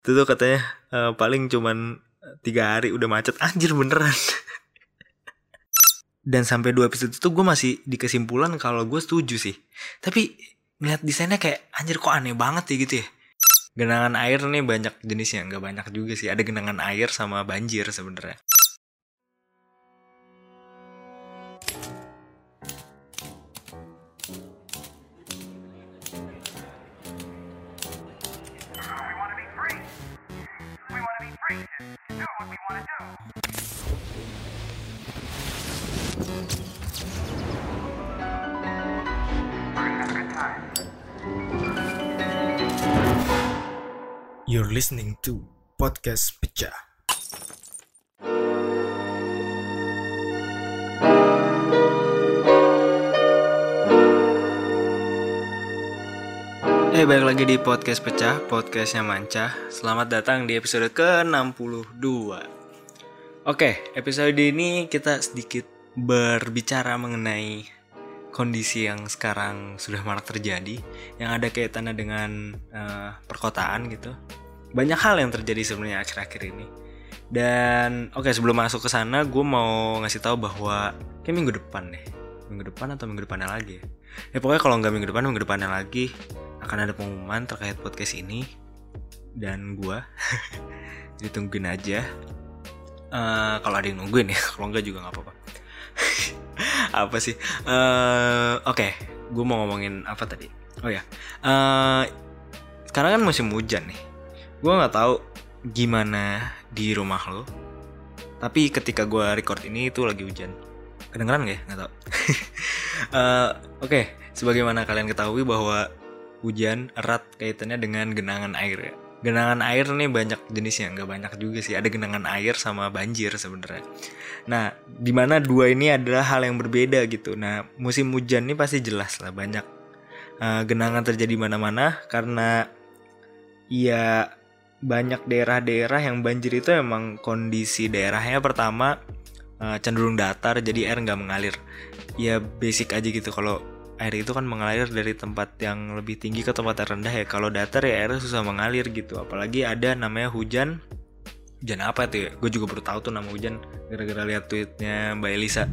Itu tuh katanya paling cuman 3 hari udah macet. Anjir beneran. Dan sampai 2 episode itu gue masih di kesimpulan kalau gue setuju sih. Tapi ngeliat desainnya kayak anjir kok aneh banget ya gitu ya. Genangan air nih banyak jenisnya, nggak banyak juga sih. Ada genangan air sama banjir sebenarnya. You're listening to Podcast Pecah. Balik lagi di Podcast Pecah, podcastnya Manca. Selamat datang di episode ke-62. Oke, episode ini kita sedikit berbicara mengenai kondisi yang sekarang sudah marak terjadi, yang ada kaitannya dengan perkotaan gitu. Banyak hal yang terjadi sebenarnya akhir-akhir ini. Dan oke, sebelum masuk ke sana, gue mau ngasih tahu bahwa kayak minggu depan atau minggu depannya lagi ya. Pokoknya kalau nggak minggu depan, minggu depannya lagi akan ada pengumuman terkait podcast ini dan gue. Jadi tungguin aja. Kalau ada yang nungguin ya, kalau enggak juga nggak apa-apa. Apa sih? Oke, gue mau ngomongin apa tadi? Oh ya, sekarang kan musim hujan nih. Gue nggak tahu gimana di rumah lo, tapi ketika gue record ini itu lagi hujan. Kedengeran nggak ya? Nggak tahu. Oke, sebagaimana kalian ketahui bahwa hujan erat kaitannya dengan genangan air ya. Genangan air nih banyak jenisnya, nggak banyak juga sih. Ada genangan air sama banjir sebenarnya. Nah, dimana dua ini adalah hal yang berbeda gitu. Nah, musim hujan ini pasti jelas lah banyak genangan terjadi mana-mana karena ya banyak daerah-daerah yang banjir itu emang kondisi daerahnya pertama cenderung datar, jadi air nggak mengalir. Ya basic aja gitu, kalau air itu kan mengalir dari tempat yang lebih tinggi ke tempat yang rendah ya. Kalau datar ya airnya susah mengalir gitu. Apalagi ada namanya hujan apa tuh ya? Gue juga baru tahu tuh nama hujan gara-gara lihat tweetnya Mbak Elisa.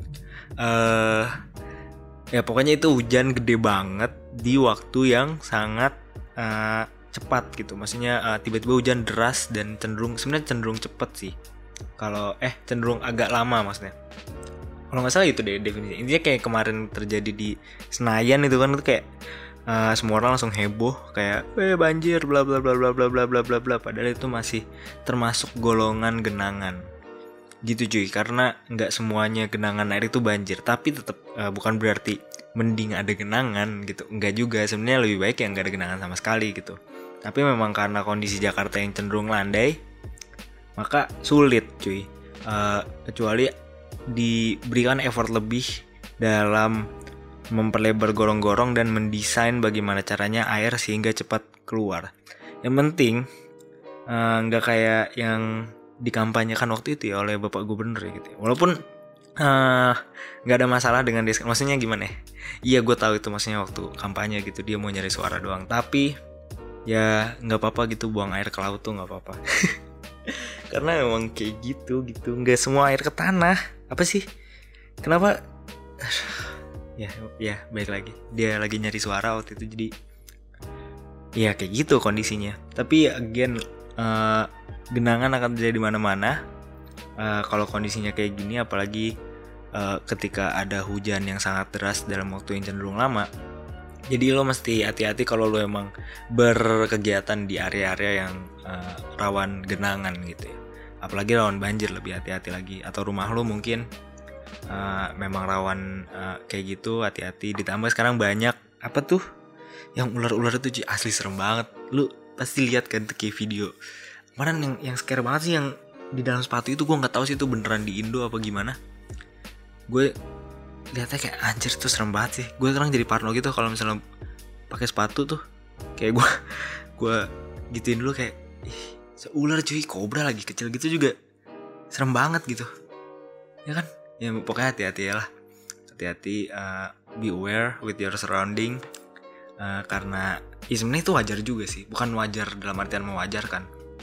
Ya pokoknya itu hujan gede banget di waktu yang sangat cepat gitu. Maksudnya tiba-tiba hujan deras dan sebenarnya cenderung cepet sih. Kalau cenderung agak lama maksudnya. Kalau nggak salah itu deh definisi. Intinya kayak kemarin terjadi di Senayan itu kan, itu kayak semua orang langsung heboh kayak banjir bla bla bla bla bla bla bla bla bla. Padahal itu masih termasuk golongan genangan. Gitu cuy, karena nggak semuanya genangan air itu banjir, tapi tetap bukan berarti mending ada genangan gitu. Nggak juga, sebenarnya lebih baik yang nggak ada genangan sama sekali gitu. Tapi memang karena kondisi Jakarta yang cenderung landai, maka sulit cuy. Kecuali diberikan effort lebih dalam memperlebar gorong-gorong dan mendesain bagaimana caranya air sehingga cepat keluar. Yang penting nggak kayak yang dikampanyekan waktu itu ya oleh Bapak Gubernur gitu. Walaupun nggak ada masalah dengan desain, maksudnya gimana ya? Iya gue tahu itu maksudnya waktu kampanye gitu dia mau nyari suara doang. Tapi ya nggak apa-apa gitu, buang air ke laut tuh nggak apa-apa. Karena memang kayak gitu, nggak semua air ke tanah. Apa sih? Kenapa? Ya baik lagi. Dia lagi nyari suara waktu itu, jadi ya kayak gitu kondisinya. Tapi again, genangan akan terjadi di mana-mana. Kalau kondisinya kayak gini, apalagi ketika ada hujan yang sangat deras dalam waktu yang cenderung lama. Jadi lo mesti hati-hati kalau lo emang berkegiatan di area-area yang rawan genangan gitu ya. Apalagi rawan banjir, lebih hati-hati lagi. Atau rumah lo mungkin memang rawan kayak gitu, hati-hati. Ditambah sekarang banyak apa tuh yang ular-ular itu asli serem banget. Lo pasti lihat kan tuh kayak video. Kemarin yang scare banget sih yang di dalam sepatu itu. Gue nggak tahu sih itu beneran di Indo apa gimana. Gue lihatnya kayak anjir tuh serem banget sih. Gue sekarang jadi parno gitu kalau misalnya pakai sepatu tuh. Kayak gue gituin dulu kayak seular cuy, kobra lagi kecil gitu juga serem banget gitu. Ya kan? Ya pokoknya hati-hati ya lah. Hati-hati, be aware with your surrounding. Karena ya sebenarnya itu wajar juga sih. Bukan wajar dalam artian mewajarkan.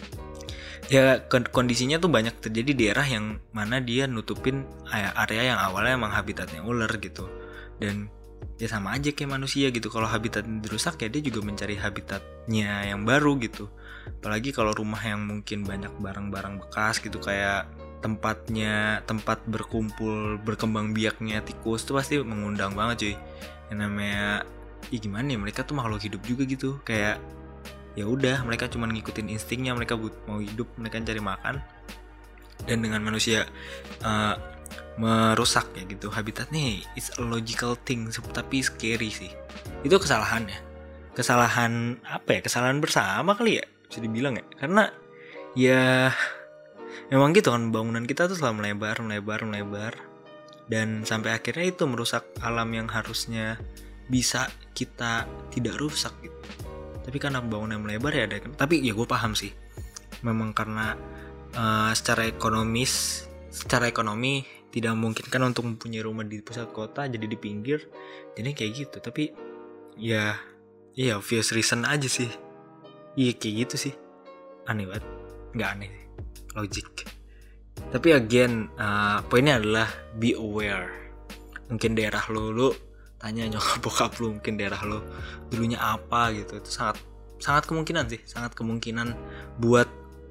Ya kondisinya tuh banyak terjadi di daerah yang mana dia nutupin area yang awalnya emang habitatnya ular gitu. Dan ya sama aja kayak manusia gitu, kalau habitatnya dirusak ya dia juga mencari habitatnya yang baru gitu. Apalagi kalau rumah yang mungkin banyak barang-barang bekas gitu, kayak tempat berkumpul berkembang biaknya tikus tuh pasti mengundang banget cuy. Yang namanya gimana ya, mereka tuh makhluk hidup juga gitu, kayak ya udah mereka cuma ngikutin instingnya, mereka mau hidup, mereka cari makan. Dan dengan manusia merusak ya gitu habitatnya, it's a logical thing, tapi scary sih. Itu kesalahan apa ya, kesalahan bersama kali ya bisa dibilang ya, karena ya memang gitu kan, bangunan kita tuh selalu melebar dan sampai akhirnya itu merusak alam yang harusnya bisa kita tidak rusak gitu. Tapi karena bangunan melebar ya ada. Tapi ya gue paham sih, memang karena secara ekonomi tidak memungkinkan untuk mempunyai rumah di pusat kota, jadi di pinggir, jadi kayak gitu. Tapi ya obvious reason aja sih. Iya kayak gitu sih. Aneh banget. Nggak aneh sih, logik. Tapi again, poinnya adalah be aware. Mungkin daerah lu tanya nyokap bokap lu, mungkin daerah lo dulunya apa gitu. Itu sangat kemungkinan sih, sangat kemungkinan buat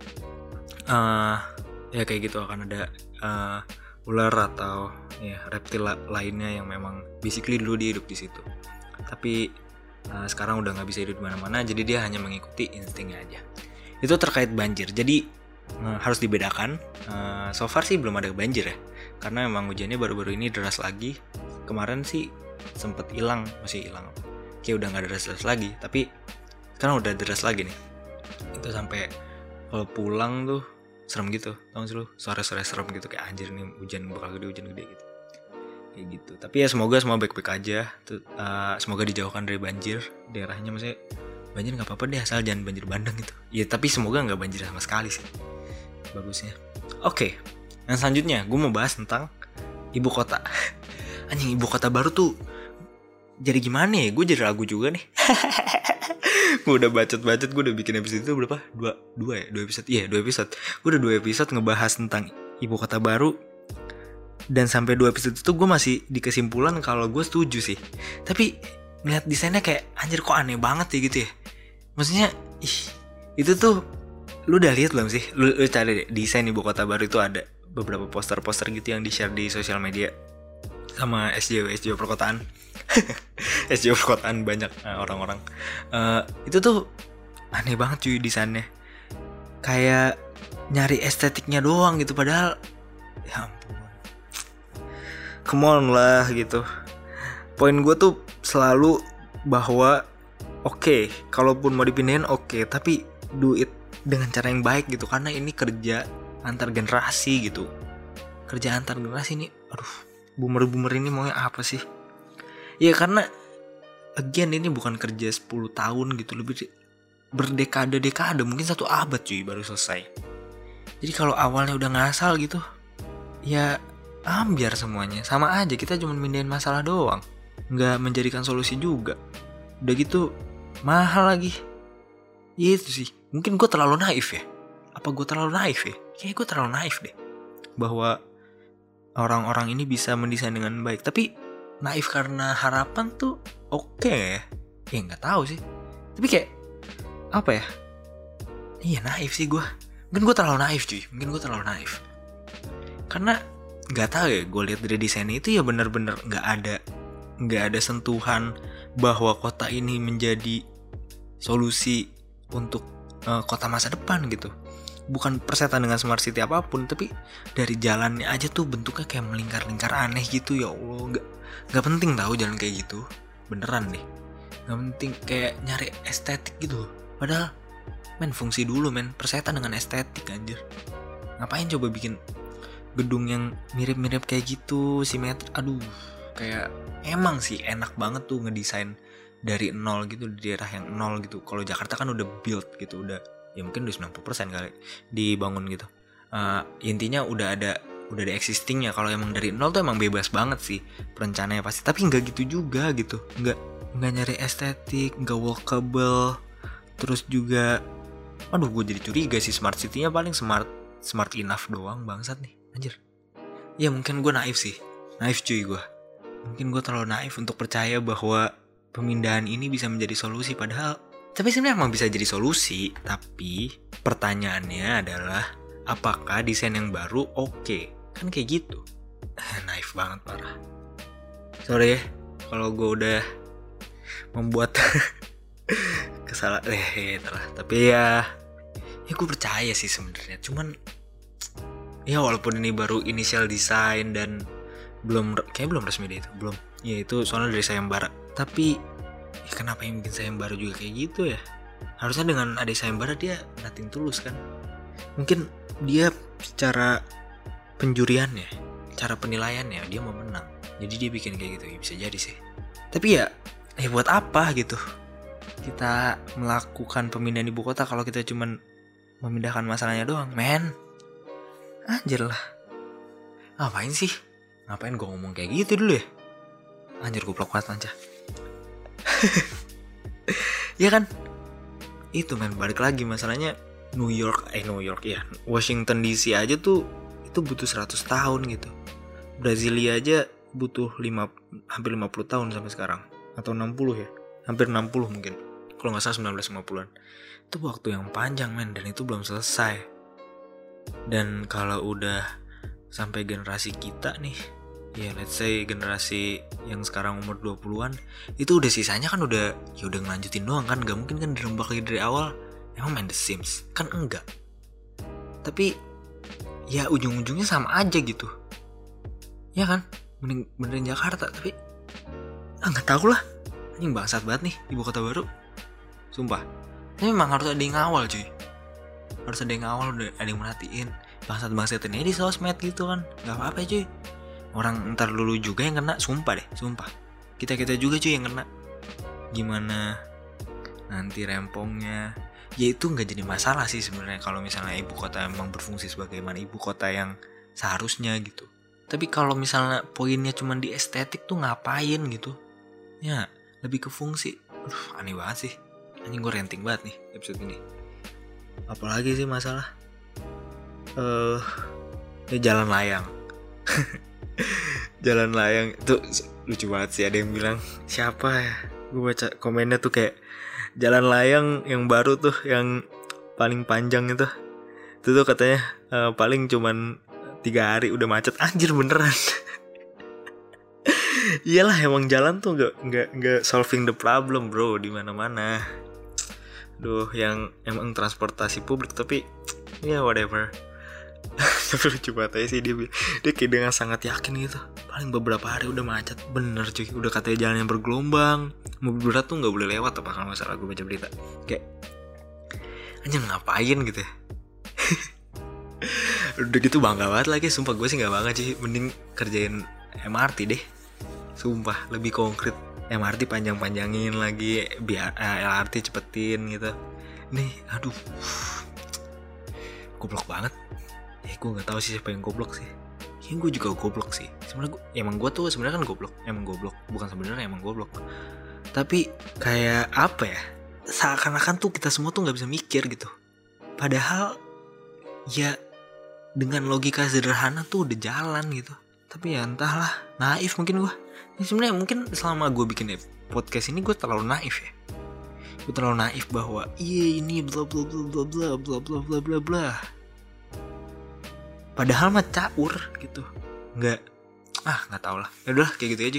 ya kayak gitu akan ada ular atau ya reptil lainnya yang memang basically dulu dia hidup di situ. Tapi sekarang udah nggak bisa hidup di mana-mana, jadi dia hanya mengikuti instingnya aja. Itu terkait banjir. Jadi harus dibedakan. So far sih belum ada banjir ya, karena memang hujannya baru-baru ini deras lagi. Kemarin sih sempet masih hilang, kayak udah nggak deras lagi, tapi sekarang udah deras lagi nih. Itu sampai kalau pulang tuh serem gitu, tau gak sih lu, sore-sore serem gitu, kayak anjir nih hujan gede gitu, kayak gitu. Tapi ya semoga semua baik-baik aja. Semoga dijauhkan dari banjir daerahnya. Maksudnya banjir nggak apa-apa deh, asal jangan banjir bandang gitu ya, tapi semoga nggak banjir sama sekali sih bagusnya. Oke, yang selanjutnya gue mau bahas tentang ibu kota. Anjing, ibu kota baru tuh jadi gimana ya? Gue jadi ragu juga nih. Gue udah bacot-bacot, gue udah bikin episode itu berapa? 2 episode. Iya, 2 episode. Gue udah 2 episode ngebahas tentang ibu kota baru. Dan sampai 2 episode itu gue masih di kesimpulan kalau gue setuju sih. Tapi ngeliat desainnya kayak anjir kok aneh banget ya gitu ya. Maksudnya itu tuh lu udah lihat belum sih? Lu cari deh desain ibu kota baru itu, ada beberapa poster-poster gitu yang di-share di sosial media sama SJW perkotaan. SJW perkotaan banyak orang-orang. Itu tuh aneh banget cuy desainnya. Kayak nyari estetiknya doang gitu, padahal ya ampun. Come on lah gitu. Poin gue tuh selalu bahwa oke, kalaupun mau dipindahin oke, tapi do it dengan cara yang baik gitu, karena ini kerja antar generasi gitu. Kerja antar generasi ini, aduh, boomer ini maunya apa sih? Ya karena again ini bukan kerja 10 tahun gitu, lebih berdekade-dekade, mungkin 1 abad cuy baru selesai. Jadi kalau awalnya udah ngasal gitu, ya ambiar semuanya. Sama aja, kita cuma mindahin masalah doang, nggak menjadikan solusi juga. Udah gitu mahal lagi. Itu sih, mungkin gue terlalu naif ya. Apa gue terlalu naif ya? Kayaknya gue terlalu naif deh, bahwa orang-orang ini bisa mendesain dengan baik. Tapi naif karena harapan tuh oke ya? Ya nggak tahu sih. Tapi kayak apa ya? Iya naif sih gue. Mungkin gue terlalu naif cuy. Karena nggak tahu ya, gue lihat dari desainnya itu ya benar-benar nggak ada sentuhan bahwa kota ini menjadi solusi untuk kota masa depan gitu. Bukan persetan dengan smart city apapun, tapi dari jalannya aja tuh bentuknya kayak melingkar-lingkar aneh gitu. Ya Allah, nggak penting tahu jalan kayak gitu, beneran deh, nggak penting, kayak nyari estetik gitu. Padahal fungsi dulu persetan dengan estetik anjir. Ngapain coba bikin gedung yang mirip-mirip kayak gitu, simetri. Aduh, kayak emang sih enak banget tuh ngedesain dari nol gitu, di daerah yang nol gitu. Kalau Jakarta kan udah build gitu, udah ya mungkin udah 90% kali dibangun gitu. Intinya udah ada existing ya. Kalau emang dari nol tuh emang bebas banget sih perencanaannya pasti. Tapi nggak gitu juga gitu, nggak nyari estetik, nggak walkable. Terus juga Aduh, gue jadi curiga sih smart city-nya paling smart enough doang bangsat nih, anjir. Ya mungkin gue naif sih, naif cuy gue. Mungkin gue terlalu naif untuk percaya bahwa pemindahan ini bisa menjadi solusi, padahal tapi sebenarnya emang bisa jadi solusi. Tapi pertanyaannya adalah apakah desain yang baru oke? Kan kayak gitu. Naif banget parah. Sorry ya kalau gue udah membuat kesalahan lah. Tapi ya gue percaya sih sebenarnya. Cuman ya walaupun ini baru initial design dan belum resmi deh itu. Belum. Ya itu soalnya dari sayembara. Tapi ya kenapa yang bikin sayembara juga kayak gitu ya? Harusnya dengan ada sayembara dia nothing tulus kan. Mungkin dia secara penjuriannya, cara penilaiannya dia mau menang. Jadi dia bikin kayak gitu, ya bisa jadi sih. Tapi ya buat apa gitu kita melakukan pemindahan ibu kota kalau kita cuman memindahkan masalahnya doang, men. Anjir lah. Ngapain sih? Ngapain gue ngomong kayak gitu dulu ya? Anjir goblok banget aja. Ya kan? Itu men, balik lagi masalahnya New York ya. Washington DC aja tuh itu butuh 100 tahun gitu. Brasilia aja butuh hampir 50 tahun sampai sekarang. Atau 60 ya. Hampir 60 mungkin. Kalau gak salah 1950-an. Itu waktu yang panjang men, dan itu belum selesai. Dan kalau udah sampai generasi kita nih, ya let's say generasi yang sekarang umur 20-an, itu udah sisanya kan udah ngelanjutin doang kan. Gak mungkin kan dirembak lagi dari awal. Emang main The Sims? Kan enggak. Tapi ya ujung-ujungnya sama aja gitu. Ya kan? Mending benerin Jakarta. Tapi gak tahu lah. Ini bangsat banget nih ibu kota baru. Sumpah. Tapi memang harus ada yang ngawal cuy. Harus ada yang ngawal, ada yang merhatiin. Bangsat-bangsat ini di sosmed gitu kan. Gak apa-apa cuy. Orang ntar lulu juga yang kena. Sumpah deh, sumpah. Kita juga cuy yang kena. Gimana nanti rempongnya. Ya itu gak jadi masalah sih sebenarnya kalau misalnya ibu kota emang berfungsi sebagaimana ibu kota yang seharusnya gitu. Tapi kalau misalnya poinnya cuma di estetik tuh ngapain gitu. Ya lebih ke fungsi. Aneh banget sih. Anjing gue ranting banget nih episode ini. Apalagi sih masalah ya jalan layang. Jalan layang itu lucu banget sih. Ada yang bilang siapa ya, gue baca komennya tuh kayak jalan layang yang baru tuh yang paling panjang itu tuh katanya paling cuman 3 hari udah macet. Anjir beneran. Iyalah emang jalan tuh nggak solving the problem bro di mana-mana. Duh, yang emang transportasi publik tapi ya whatever. Tapi lucu banget aja sih dia kayak dengan sangat yakin gitu. Paling beberapa hari udah macet. Bener cuy, udah katanya jalan yang bergelombang. Mobil berat tuh gak boleh lewat apa kalau gak salah gue baca berita. Kayak anjir ngapain gitu ya. Udah gitu bangga banget lagi. Sumpah gue sih gak bangga sih. Mending kerjain MRT deh. Sumpah lebih konkret. MRT panjang-panjangin lagi, biar LRT cepetin gitu. Nih, aduh, goblok banget. Gue nggak tahu sih siapa yang goblok sih. Kayaknya gue juga goblok sih. Sebenarnya gue tuh sebenarnya kan goblok, emang goblok. Bukan sebenarnya emang goblok. Tapi kayak apa ya? Seakan-akan tuh kita semua tuh nggak bisa mikir gitu. Padahal ya dengan logika sederhana tuh udah jalan gitu. Tapi ya entahlah, naif mungkin gue. Ini sebenarnya mungkin selama gue bikin podcast ini gue terlalu naif ya. Gue terlalu naif bahwa ini bla bla bla bla bla bla bla bla bla bla. Padahal mah caur gitu. Nggak tahu lah. Ya udah kayak gitu aja.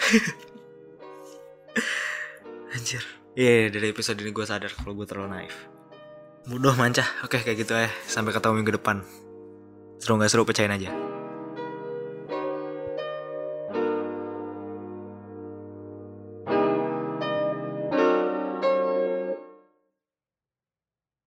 Anjir. Iya, dari episode ini gue sadar kalau gue terlalu naif. Bodoh mancah. Oke, kayak gitu ya. Sampai ketemu minggu depan. Seru gak seru, pecahin aja.